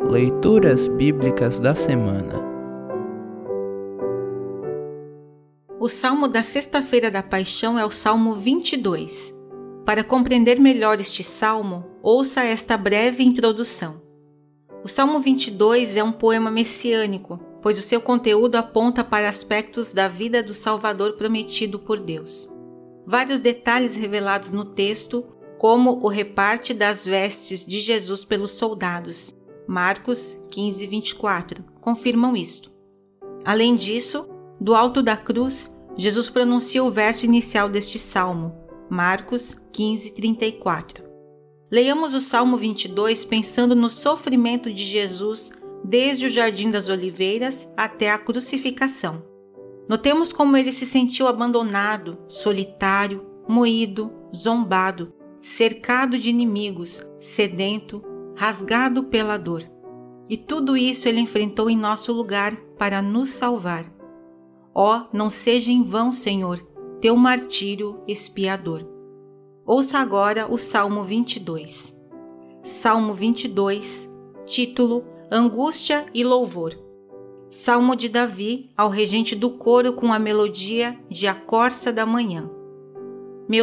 Leituras Bíblicas da Semana. O salmo da Sexta-feira da Paixão é o Salmo 22. Para compreender melhor este salmo, ouça esta breve introdução. O Salmo 22 é um poema messiânico, pois o seu conteúdo aponta para aspectos da vida do Salvador prometido por Deus. Vários detalhes revelados no texto, como o reparte das vestes de Jesus pelos soldados, Marcos 15, 24, confirmam isto. Além disso, do alto da cruz, Jesus pronuncia o verso inicial deste salmo, Marcos 15, 34. Leiamos o Salmo 22 pensando no sofrimento de Jesus desde o Jardim das Oliveiras até a crucificação. Notemos como ele se sentiu abandonado, solitário, moído, zombado, cercado de inimigos, sedento, rasgado pela dor. E tudo isso ele enfrentou em nosso lugar para nos salvar. Ó, não seja em vão, Senhor, teu martírio expiador. Ouça agora o Salmo 22. Salmo 22, título Angústia e Louvor. Salmo de Davi ao regente do coro com a melodia de A Corça da Manhã. Meu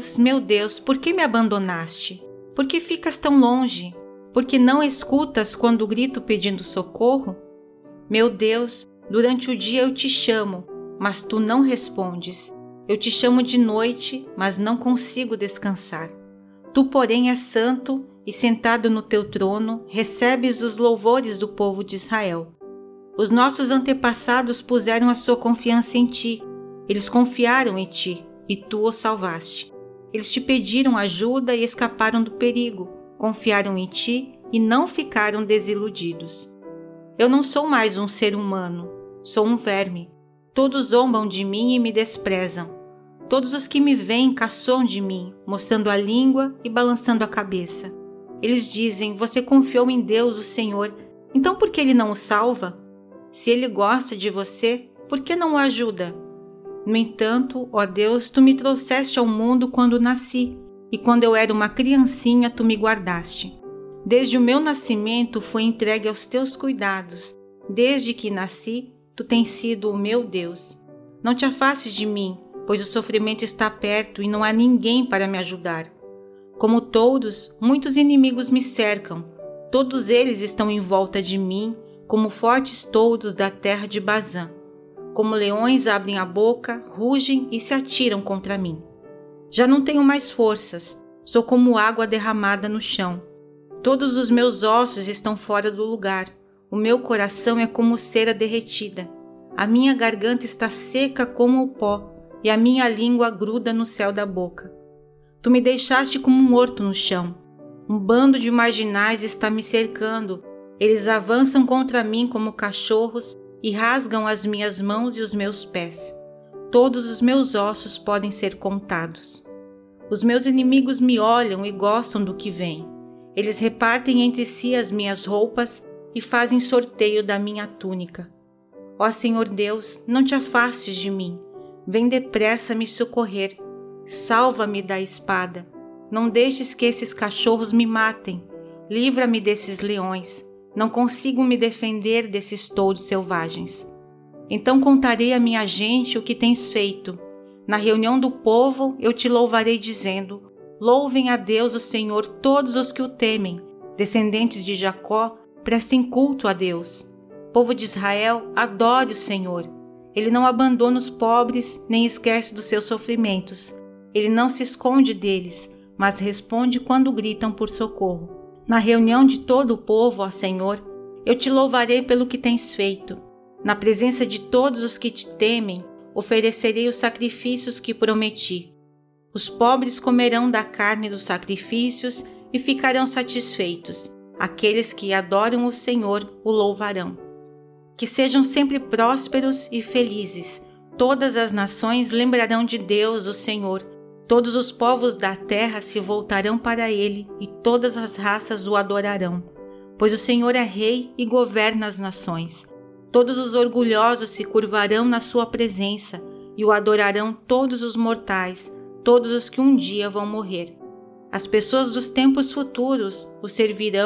Deus, por que me abandonaste? Por que ficas tão longe? Por que não escutas quando grito pedindo socorro? Meu Deus, durante o dia eu te chamo, mas tu não respondes. Eu te chamo de noite, mas não consigo descansar. Tu, porém, és santo e, sentado no teu trono, recebes os louvores do povo de Israel. Os nossos antepassados puseram a sua confiança em ti. Eles confiaram em ti, e tu os salvaste. Eles te pediram ajuda e escaparam do perigo. Confiaram em ti e não ficaram desiludidos. Eu não sou mais um ser humano, sou um verme. Todos zombam de mim e me desprezam. Todos os que me veem caçoam de mim, mostrando a língua e balançando a cabeça. Eles dizem, você confiou em Deus, o Senhor, então por que Ele não o salva? Se Ele gosta de você, por que não o ajuda? No entanto, ó Deus, tu me trouxeste ao mundo quando nasci, e quando eu era uma criancinha, tu me guardaste. Desde o meu nascimento fui entregue aos teus cuidados. Desde que nasci, tu tens sido o meu Deus. Não te afastes de mim, pois o sofrimento está perto e não há ninguém para me ajudar. Como touros, muitos inimigos me cercam. Todos eles estão em volta de mim, como fortes touros da terra de Bazã. Como leões abrem a boca, rugem e se atiram contra mim. Já não tenho mais forças, sou como água derramada no chão. Todos os meus ossos estão fora do lugar, o meu coração é como cera derretida. A minha garganta está seca como o pó, e a minha língua gruda no céu da boca. Tu me deixaste como morto no chão. Um bando de marginais está me cercando, eles avançam contra mim como cachorros e rasgam as minhas mãos e os meus pés. Todos os meus ossos podem ser contados. Os meus inimigos me olham e gostam do que vem. Eles repartem entre si as minhas roupas e fazem sorteio da minha túnica. Ó Senhor Deus, não te afastes de mim. Vem depressa me socorrer. Salva-me da espada. Não deixes que esses cachorros me matem. Livra-me desses leões. Não consigo me defender desses touros selvagens. Então contarei à minha gente o que tens feito. Na reunião do povo eu te louvarei dizendo, louvem a Deus o Senhor todos os que o temem. Descendentes de Jacó, prestem culto a Deus. Povo de Israel, adore o Senhor. Ele não abandona os pobres, nem esquece dos seus sofrimentos. Ele não se esconde deles, mas responde quando gritam por socorro. Na reunião de todo o povo, ó Senhor, eu te louvarei pelo que tens feito. Na presença de todos os que te temem, oferecerei os sacrifícios que prometi. Os pobres comerão da carne dos sacrifícios e ficarão satisfeitos. Aqueles que adoram o Senhor o louvarão. Que sejam sempre prósperos e felizes. Todas as nações lembrarão de Deus, o Senhor. Todos os povos da terra se voltarão para Ele e todas as raças o adorarão. Pois o Senhor é Rei e governa as nações. Todos os orgulhosos se curvarão na sua presença e o adorarão todos os mortais, todos os que um dia vão morrer. As pessoas dos tempos futuros o servirão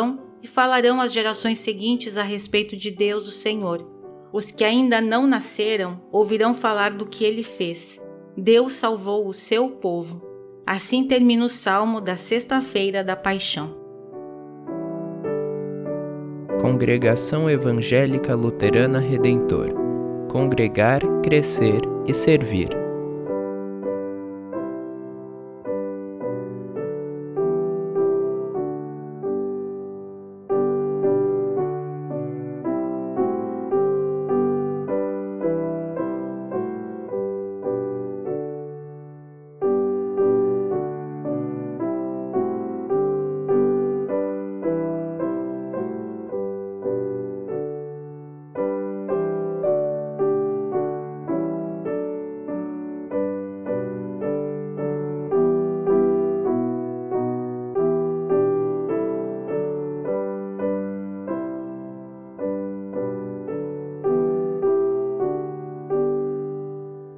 e falarão às gerações seguintes a respeito de Deus, o Senhor. Os que ainda não nasceram ouvirão falar do que ele fez. Deus salvou o seu povo. Assim termina o salmo da sexta-feira da Paixão. Congregação Evangélica Luterana Redentor. Congregar, crescer e servir.